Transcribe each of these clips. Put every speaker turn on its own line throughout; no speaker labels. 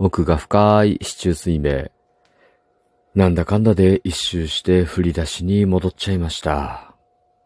奥が深い市中水明。なんだかんだで一周して振り出しに戻っちゃいました。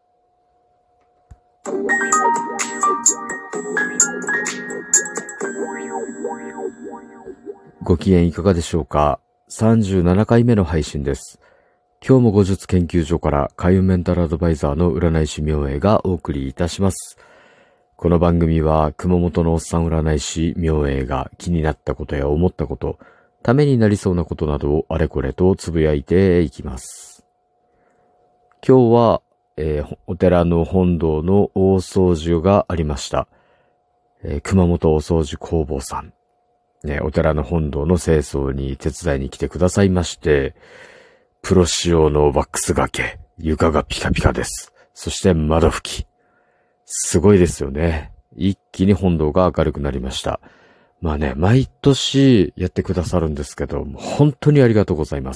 ご機嫌いかがでしょうか。37回目の配信です。今日も語術研究所から開運メンタルアドバイザーの占い師明恵がお送りいたします。この番組は熊本のおっさん占い師明恵が気になったことや思ったこと、ためになりそうなことなどをあれこれとつぶやいていきます。今日は、お寺の本堂の大掃除がありました。熊本お掃除工房さん、お寺の本堂の清掃に手伝いに来てくださいまして、プロ仕様のワックスがけ、床がピカピカです。そして窓拭き。すごいですよね。一気に本堂が明るくなりました。まあね、毎年やってくださるんですけど、本当にありがとうございます。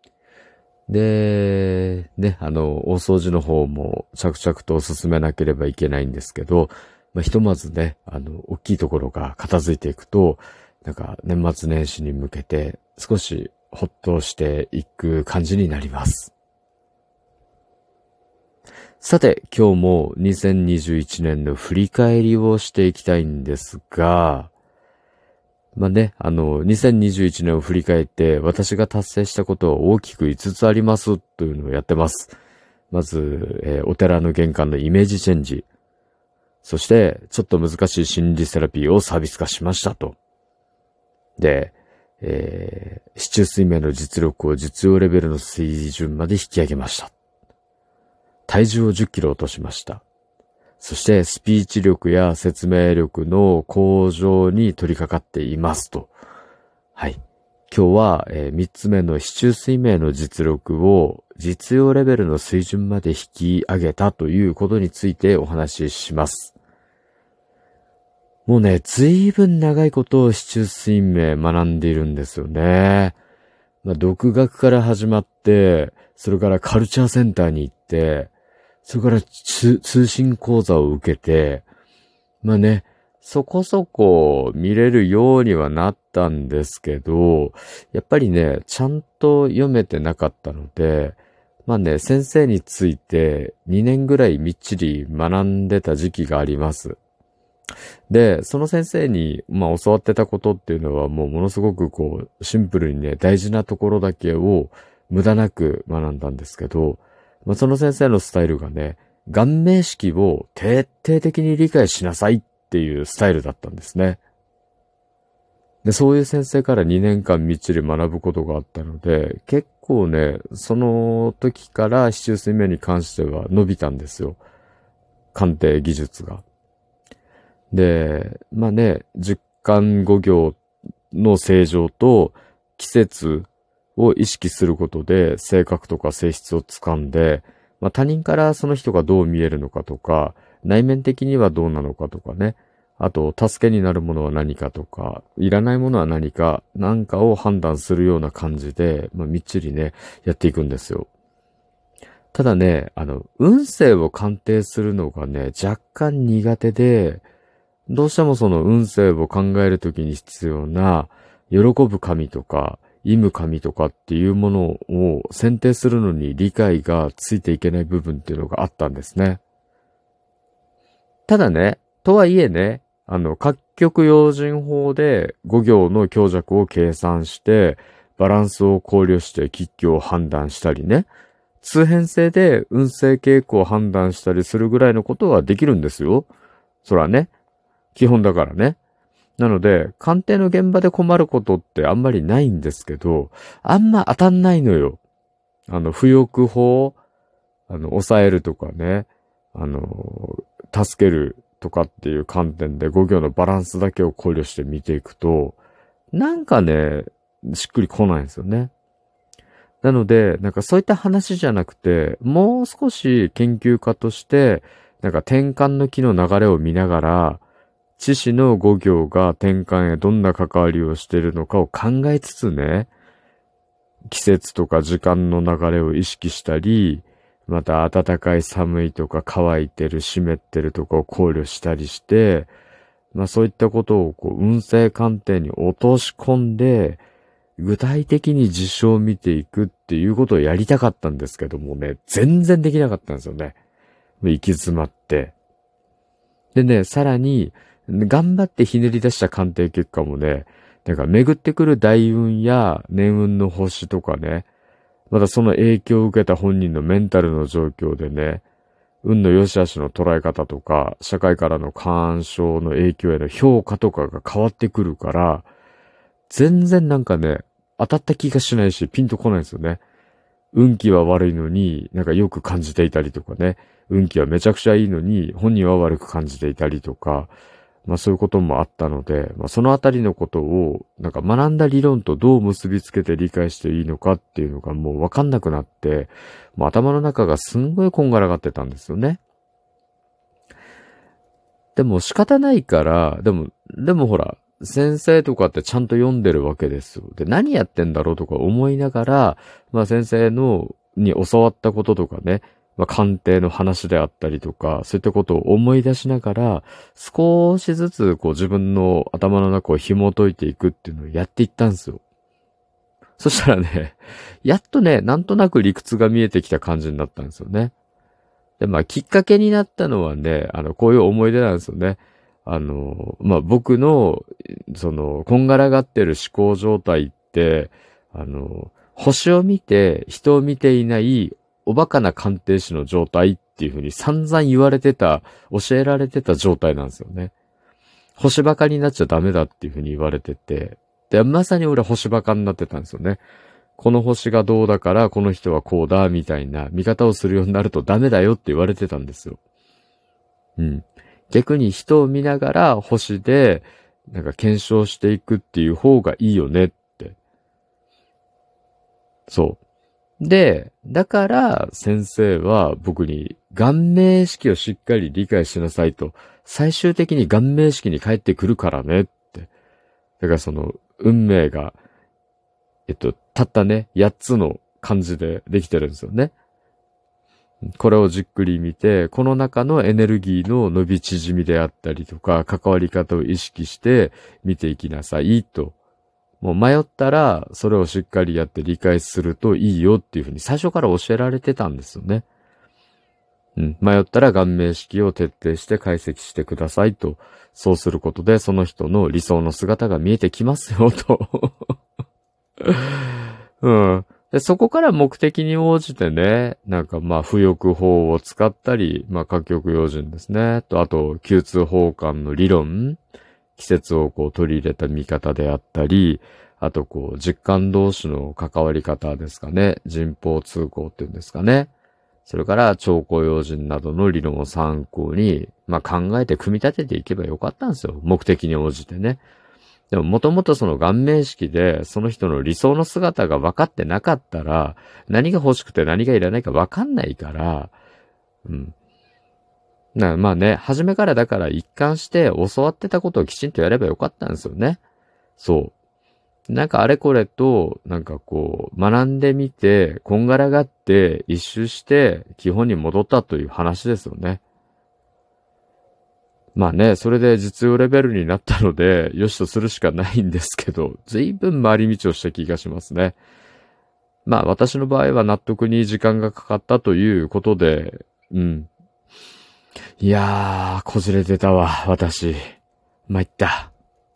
で、ね、大掃除の方も着々と進めなければいけないんですけど、ひとまずね、大きいところが片付いていくと、なんか年末年始に向けて少しほっとしていく感じになります。さて、今日も2021年の振り返りをしていきたいんですが、2021年を振り返って私が達成したことは大きく5つありますというのをやってます。まず、お寺の玄関のイメージチェンジ。そして、ちょっと難しい心理セラピーをサービス化しましたと。で、市中水明の実力を実用レベルの水準まで引き上げました。体重を10キロ落としました。そしてスピーチ力や説明力の向上に取り掛かっていますと。はい。今日は、3つ目の市中水明の実力を実用レベルの水準まで引き上げたということについてお話しします。もうね、ずいぶん長いことを市中水明学んでいるんですよね。独学から始まって、それからカルチャーセンターに行って、それから通信講座を受けて、そこそこ見れるようにはなったんですけど、やっぱりね、ちゃんと読めてなかったので、先生について2年ぐらいみっちり学んでた時期があります。で、その先生に、教わってたことっていうのはものすごくシンプルにね、大事なところだけを無駄なく学んだんですけど、その先生のスタイルがね、顔面式を徹底的に理解しなさいっていうスタイルだったんですね。で、そういう先生から2年間みっちり学ぶことがあったので、結構ね、その時から市中水明に関しては伸びたんですよ。鑑定技術が。で、十干五行の正常と季節を意識することで性格とか性質を掴んで、他人からその人がどう見えるのかとか、内面的にはどうなのかとかね、あと助けになるものは何かとか、いらないものは何か、なんかを判断するような感じで、みっちりね、やっていくんですよ。ただね、運勢を鑑定するのがね、若干苦手で、どうしてもその運勢を考えるときに必要な、喜ぶ神とか、忌む神とかっていうものを選定するのに理解がついていけない部分っていうのがあったんですね。ただね、とはいえね、各極用心法で5行の強弱を計算して、バランスを考慮して吉凶を判断したりね、通変性で運勢傾向を判断したりするぐらいのことはできるんですよ。そらね、基本だからね。なので、鑑定の現場で困ることってあんまりないんですけど、あんま当たんないのよ。不欲法、抑えるとかね、助けるとかっていう観点で5行のバランスだけを考慮して見ていくと、なんかね、しっくりこないんですよね。なので、そういった話じゃなくて、もう少し研究家として、転換の木の流れを見ながら、知識の5行が転換へどんな関わりをしているのかを考えつつね、季節とか時間の流れを意識したり、また暖かい寒いとか乾いてる湿ってるとかを考慮したりして、 そういったことを運勢鑑定に落とし込んで、具体的に事象を見ていくっていうことをやりたかったんですけどもね、全然できなかったんですよね。行き詰まって。でね、さらに、頑張ってひねり出した鑑定結果もね、巡ってくる大運や年運の星とかね、またその影響を受けた本人のメンタルの状況でね、運の良し悪しの捉え方とか、社会からの干渉の影響への評価とかが変わってくるから、全然当たった気がしないし、ピンとこないんですよね。運気は悪いのに、よく感じていたりとかね。運気はめちゃくちゃいいのに、本人は悪く感じていたりとか、そういうこともあったので、そのあたりのことを、学んだ理論とどう結びつけて理解していいのかっていうのがもうわかんなくなって、もう頭の中がすんごいこんがらがってたんですよね。でも仕方ないから、でもほら、先生とかってちゃんと読んでるわけですよ。で、何やってんだろうとか思いながら、先生に教わったこととかね、鑑定の話であったりとか、そういったことを思い出しながら、少しずつ自分の頭の中を紐解いていくっていうのをやっていったんですよ。そしたらね、やっとね、なんとなく理屈が見えてきた感じになったんですよね。で、きっかけになったのはね、こういう思い出なんですよね。僕の、こんがらがってる思考状態って、星を見て、人を見ていないおバカな鑑定士の状態っていう風に散々言われてた、教えられてた状態なんですよね。星バカになっちゃダメだっていう風に言われてて、で、まさに俺星バカになってたんですよね。この星がどうだからこの人はこうだみたいな見方をするようになるとダメだよって言われてたんですよ。うん。逆に人を見ながら星で検証していくっていう方がいいよねって。そう。で、だから先生は僕に顔面式をしっかり理解しなさいと。最終的に顔面式に帰ってくるからねって。だから運命が、たったね、8つの漢字でできてるんですよね。これをじっくり見て、この中のエネルギーの伸び縮みであったりとか、関わり方を意識して見ていきなさいと。もう迷ったら、それをしっかりやって理解するといいよっていうふうに最初から教えられてたんですよね。迷ったら顔面式を徹底して解析してくださいと。そうすることで、その人の理想の姿が見えてきますよと。で、そこから目的に応じてね、浮翼法を使ったり、各極用心ですね。あと、Q2法官の理論、季節を取り入れた見方であったり、あと実感同士の関わり方ですかね。人法通行っていうんですかね。それから、超高用心などの理論を参考に、考えて組み立てていけばよかったんですよ。目的に応じてね。でももともとその顔面式でその人の理想の姿が分かってなかったら何が欲しくて何がいらないか分かんないから、初めからだから一貫して教わってたことをきちんとやればよかったんですよね。そう。あれこれと、学んでみて、こんがらがって一周して基本に戻ったという話ですよね。それで実用レベルになったので、よしとするしかないんですけど、随分回り道をした気がしますね。私の場合は納得に時間がかかったということで、いやー、こじれてたわ、私。参った。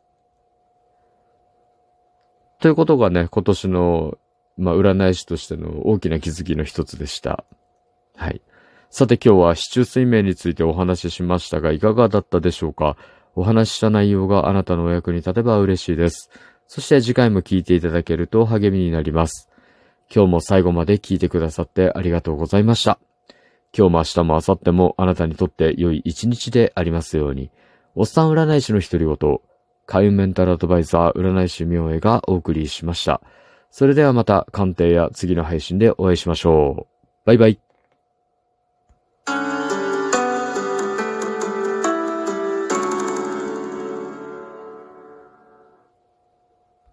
ということがね、今年の、占い師としての大きな気づきの一つでした。はい。さて今日は四柱推命についてお話ししましたが、いかがだったでしょうか？お話しした内容があなたのお役に立てば嬉しいです。そして次回も聞いていただけると励みになります。今日も最後まで聞いてくださってありがとうございました。今日も明日も明後日もあなたにとって良い一日でありますように。おっさん占い師の独り言、開運メンタルアドバイザー占い師明恵がお送りしました。それではまた鑑定や次の配信でお会いしましょう。バイバイ。